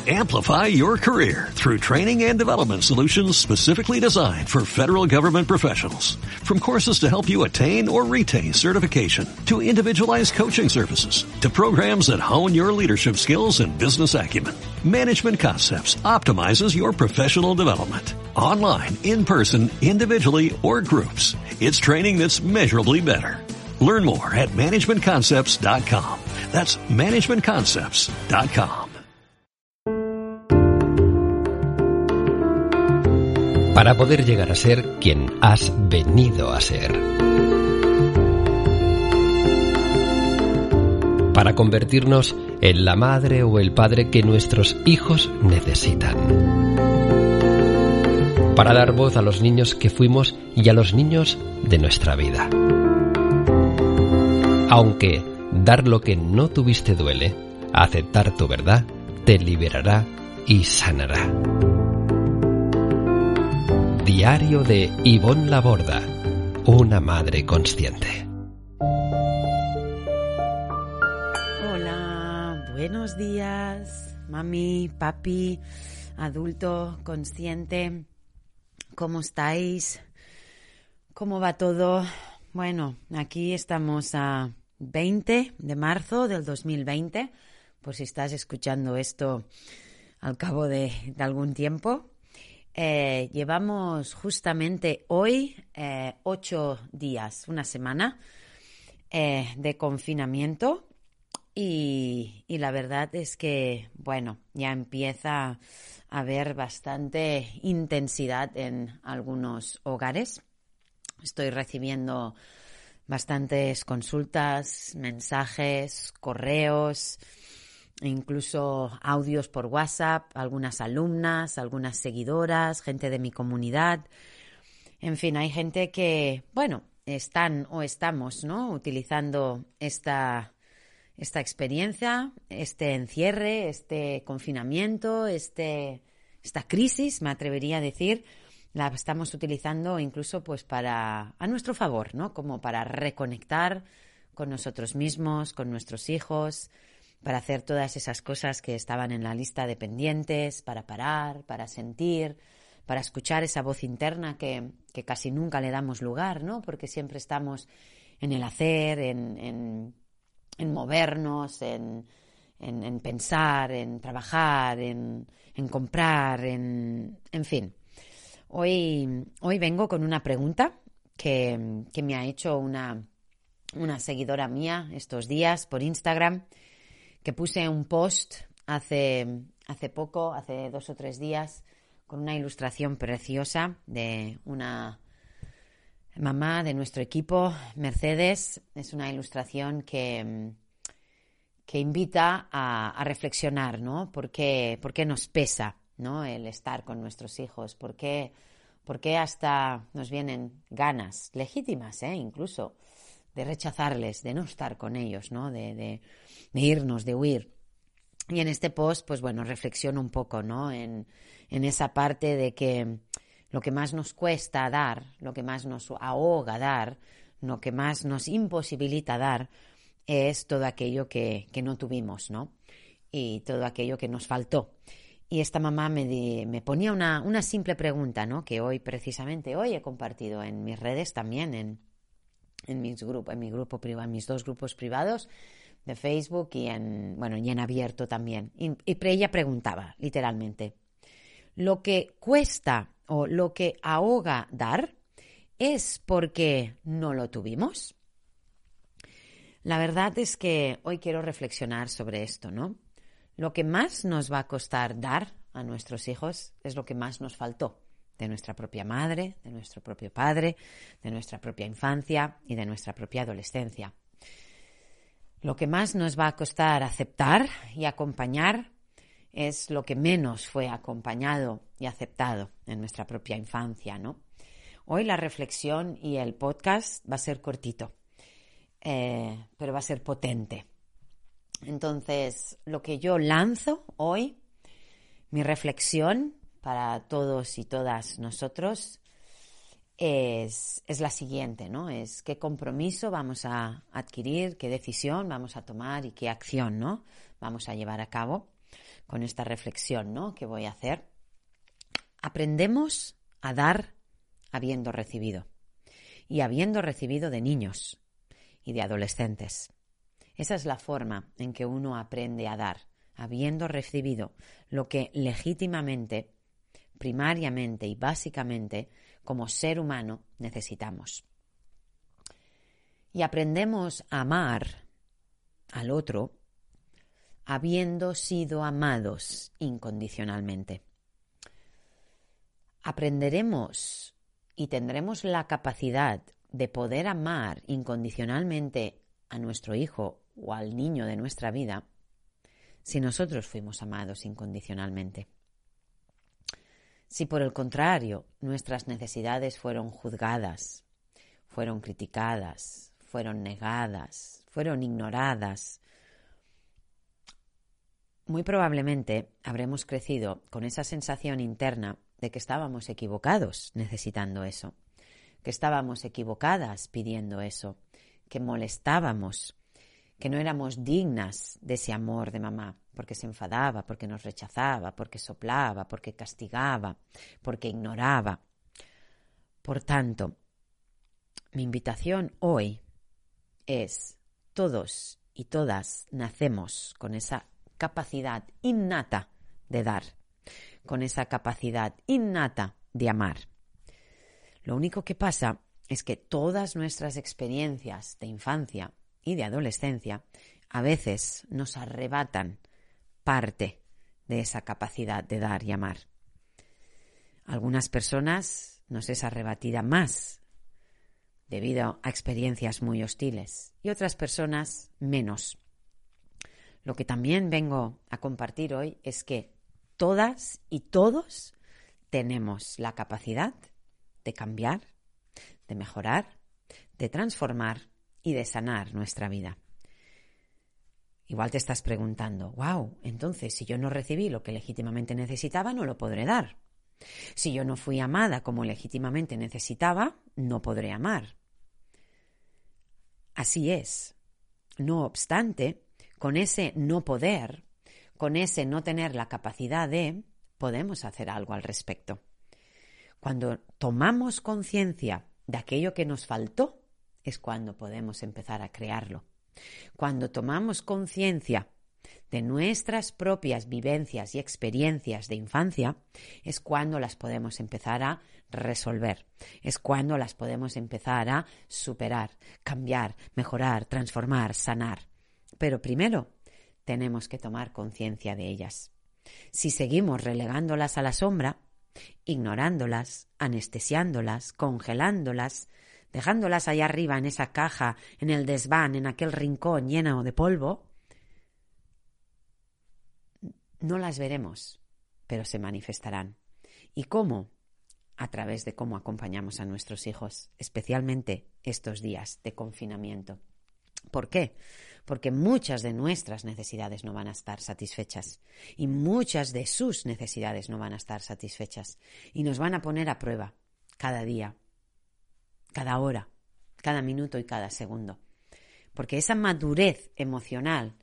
Amplify your career through training and development solutions specifically designed for federal government professionals. From courses to help you attain or retain certification, to individualized coaching services, to programs that hone your leadership skills and business acumen, Management Concepts optimizes your professional development. Online, in person, individually, or groups, it's training that's measurably better. Learn more at managementconcepts.com. That's managementconcepts.com. Para poder llegar a ser quien has venido a ser. Para convertirnos en la madre o el padre que nuestros hijos necesitan. Para dar voz a los niños que fuimos y a los niños de nuestra vida. Aunque dar lo que no tuviste duele, aceptar tu verdad te liberará y sanará. Diario de Ivonne Laborda, una madre consciente. Hola, buenos días, mami, papi, adulto consciente. ¿Cómo estáis? ¿Cómo va todo? Bueno, aquí estamos a 20 de marzo del 2020, por si estás escuchando esto al cabo de algún tiempo. Llevamos justamente hoy 8 días, una semana de confinamiento y la verdad es que, bueno, ya empieza a haber bastante intensidad en algunos hogares. Estoy recibiendo bastantes consultas, mensajes, correos, incluso audios por WhatsApp, algunas alumnas, algunas seguidoras, gente de mi comunidad. En fin, hay gente que, bueno, están o estamos, ¿no?, utilizando esta experiencia, este encierre, este confinamiento, esta crisis, me atrevería a decir, la estamos utilizando incluso pues a nuestro favor, ¿no?, como para reconectar con nosotros mismos, con nuestros hijos, para hacer todas esas cosas que estaban en la lista de pendientes, para parar, para sentir, para escuchar esa voz interna que casi nunca le damos lugar, ¿no? Porque siempre estamos en el hacer, en movernos, en pensar, en trabajar, en comprar, en fin. Hoy vengo con una pregunta que me ha hecho una seguidora mía estos días por Instagram, que puse un post hace poco, hace 2 o 3 días, con una ilustración preciosa de una mamá de nuestro equipo, Mercedes. Es una ilustración que invita a reflexionar, ¿no? ¿Por qué nos pesa, ¿no?, el estar con nuestros hijos? ¿Por qué hasta nos vienen ganas legítimas, incluso, de rechazarles, de no estar con ellos, ¿no?, de irnos, de huir? Y en este post, pues bueno, reflexiono un poco, ¿no?, en esa parte de que lo que más nos cuesta dar, lo que más nos ahoga dar, lo que más nos imposibilita dar, es todo aquello que no tuvimos, ¿no?, y todo aquello que nos faltó. Y esta mamá me ponía una simple pregunta, ¿no?, que precisamente hoy he compartido en mis redes también, en mi grupo privado, en mis 2 grupos privados de Facebook y en abierto también. Y ella preguntaba, literalmente, ¿lo que cuesta o lo que ahoga dar es porque no lo tuvimos? La verdad es que hoy quiero reflexionar sobre esto, ¿no? Lo que más nos va a costar dar a nuestros hijos es lo que más nos faltó de nuestra propia madre, de nuestro propio padre, de nuestra propia infancia y de nuestra propia adolescencia. Lo que más nos va a costar aceptar y acompañar es lo que menos fue acompañado y aceptado en nuestra propia infancia, ¿no? Hoy la reflexión y el podcast va a ser cortito, pero va a ser potente. Entonces, lo que yo lanzo hoy, mi reflexión para todos y todas nosotros, es la siguiente, ¿no? Es qué compromiso vamos a adquirir, qué decisión vamos a tomar y qué acción, ¿no?, vamos a llevar a cabo con esta reflexión, ¿no?, que voy a hacer. Aprendemos a dar habiendo recibido, y habiendo recibido de niños y de adolescentes. Esa es la forma en que uno aprende a dar, habiendo recibido lo que legítimamente, primariamente y básicamente como ser humano necesitamos. Y aprendemos a amar al otro habiendo sido amados incondicionalmente. Aprenderemos y tendremos la capacidad de poder amar incondicionalmente a nuestro hijo o al niño de nuestra vida si nosotros fuimos amados incondicionalmente. Si por el contrario nuestras necesidades fueron juzgadas, fueron criticadas, fueron negadas, fueron ignoradas, muy probablemente habremos crecido con esa sensación interna de que estábamos equivocados necesitando eso, que estábamos equivocadas pidiendo eso, que molestábamos, que no éramos dignas de ese amor de mamá, porque se enfadaba, porque nos rechazaba, porque soplaba, porque castigaba, porque ignoraba. Por tanto, mi invitación hoy es: todos y todas nacemos con esa capacidad innata de dar, con esa capacidad innata de amar. Lo único que pasa es que todas nuestras experiencias de infancia y de adolescencia a veces nos arrebatan parte de esa capacidad de dar y amar. A algunas personas nos es arrebatida más debido a experiencias muy hostiles y otras personas menos. Lo que también vengo a compartir hoy es que todas y todos tenemos la capacidad de cambiar, de mejorar, de transformar y de sanar nuestra vida. Igual te estás preguntando, wow, entonces si yo no recibí lo que legítimamente necesitaba, no lo podré dar. Si yo no fui amada como legítimamente necesitaba, no podré amar. Así es. No obstante, con ese no poder, con ese no tener la capacidad de, podemos hacer algo al respecto. Cuando tomamos conciencia de aquello que nos faltó, es cuando podemos empezar a crearlo. Cuando tomamos conciencia de nuestras propias vivencias y experiencias de infancia, es cuando las podemos empezar a resolver, es cuando las podemos empezar a superar, cambiar, mejorar, transformar, sanar. Pero primero tenemos que tomar conciencia de ellas. Si seguimos relegándolas a la sombra, ignorándolas, anestesiándolas, congelándolas, dejándolas allá arriba en esa caja, en el desván, en aquel rincón lleno de polvo, no las veremos, pero se manifestarán. ¿Y cómo? A través de cómo acompañamos a nuestros hijos, especialmente estos días de confinamiento. ¿Por qué? Porque muchas de nuestras necesidades no van a estar satisfechas y muchas de sus necesidades no van a estar satisfechas y nos van a poner a prueba cada día, cada hora, cada minuto y cada segundo. Porque esa madurez emocional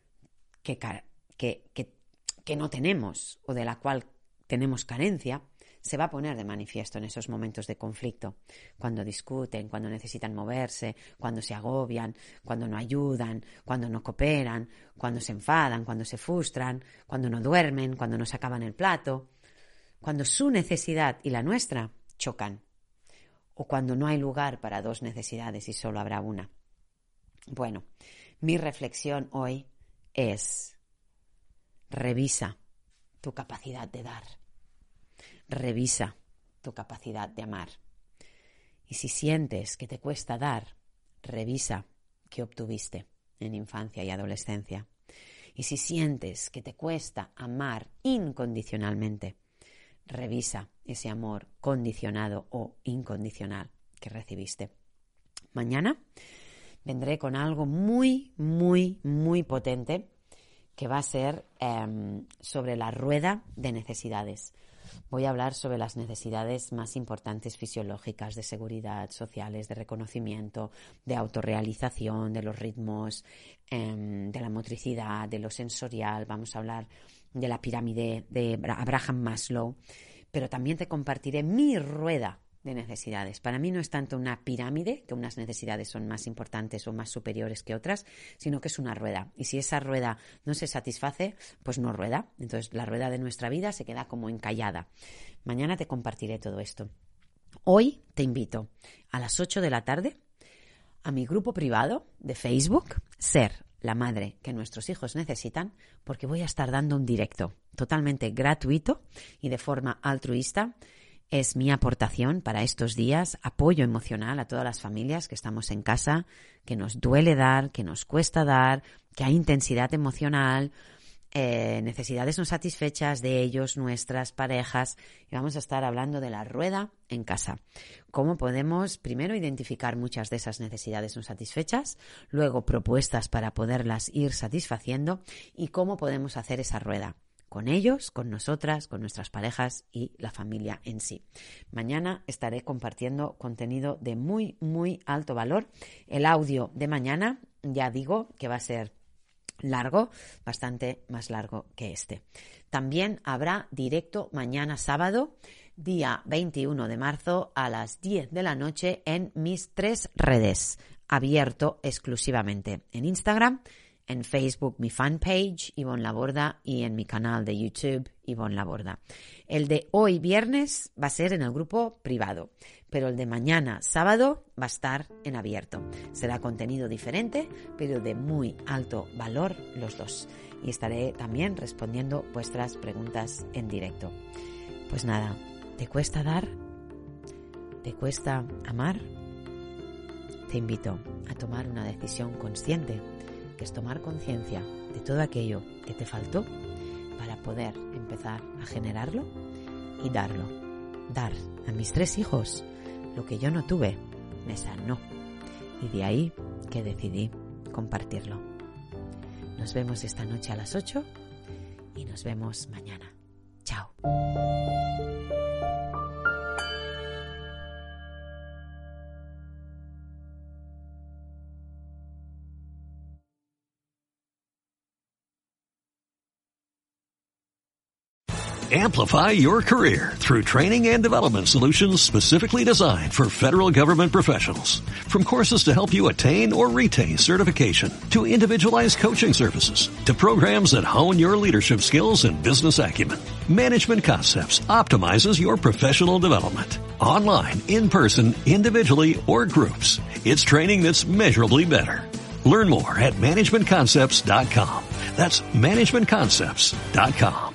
que no tenemos o de la cual tenemos carencia, se va a poner de manifiesto en esos momentos de conflicto, cuando discuten, cuando necesitan moverse, cuando se agobian, cuando no ayudan, cuando no cooperan, cuando se enfadan, cuando se frustran, cuando no duermen, cuando no se acaban el plato, cuando su necesidad y la nuestra chocan, o cuando no hay lugar para dos necesidades y solo habrá una. Bueno, mi reflexión hoy es: revisa tu capacidad de dar. Revisa tu capacidad de amar. Y si sientes que te cuesta dar, revisa qué obtuviste en infancia y adolescencia. Y si sientes que te cuesta amar incondicionalmente, revisa ese amor condicionado o incondicional que recibiste. Mañana vendré con algo muy, muy, muy potente que va a ser sobre la rueda de necesidades. Voy a hablar sobre las necesidades más importantes fisiológicas, de seguridad, sociales, de reconocimiento, de autorrealización, de los ritmos, de la motricidad, de lo sensorial. Vamos a hablar de la pirámide de Abraham Maslow, pero también te compartiré mi rueda de necesidades. Para mí no es tanto una pirámide, que unas necesidades son más importantes o más superiores que otras, sino que es una rueda. Y si esa rueda no se satisface, pues no rueda. Entonces la rueda de nuestra vida se queda como encallada. Mañana te compartiré todo esto. Hoy te invito a las 8 de la tarde a mi grupo privado de Facebook, Ser la madre que nuestros hijos necesitan, porque voy a estar dando un directo totalmente gratuito y de forma altruista. Es mi aportación para estos días, apoyo emocional a todas las familias que estamos en casa, que nos duele dar, que nos cuesta dar, que hay intensidad emocional, necesidades no satisfechas de ellos, nuestras parejas. Y vamos a estar hablando de la rueda en casa. Cómo podemos primero identificar muchas de esas necesidades no satisfechas, luego propuestas para poderlas ir satisfaciendo y cómo podemos hacer esa rueda con ellos, con nosotras, con nuestras parejas y la familia en sí. Mañana estaré compartiendo contenido de muy, muy alto valor. El audio de mañana, ya digo que va a ser largo, bastante más largo que este. También habrá directo mañana sábado, día 21 de marzo a las 10 de la noche en mis 3 redes, abierto exclusivamente en Instagram, en Facebook, mi fanpage, Ivonne Laborda, y en mi canal de YouTube, Ivonne Laborda. El de hoy, viernes, va a ser en el grupo privado, pero el de mañana, sábado, va a estar en abierto. Será contenido diferente, pero de muy alto valor los dos. Y estaré también respondiendo vuestras preguntas en directo. Pues nada, ¿te cuesta dar? ¿Te cuesta amar? Te invito a tomar una decisión consciente, que es tomar conciencia de todo aquello que te faltó para poder empezar a generarlo y darlo. Dar a mis 3 hijos lo que yo no tuve me sanó, y de ahí que decidí compartirlo. Nos vemos esta noche a las 8 y nos vemos mañana. Chao. Amplify your career through training and development solutions specifically designed for federal government professionals. From courses to help you attain or retain certification, to individualized coaching services, to programs that hone your leadership skills and business acumen, Management Concepts optimizes your professional development. Online, in person, individually, or groups, it's training that's measurably better. Learn more at managementconcepts.com. That's managementconcepts.com.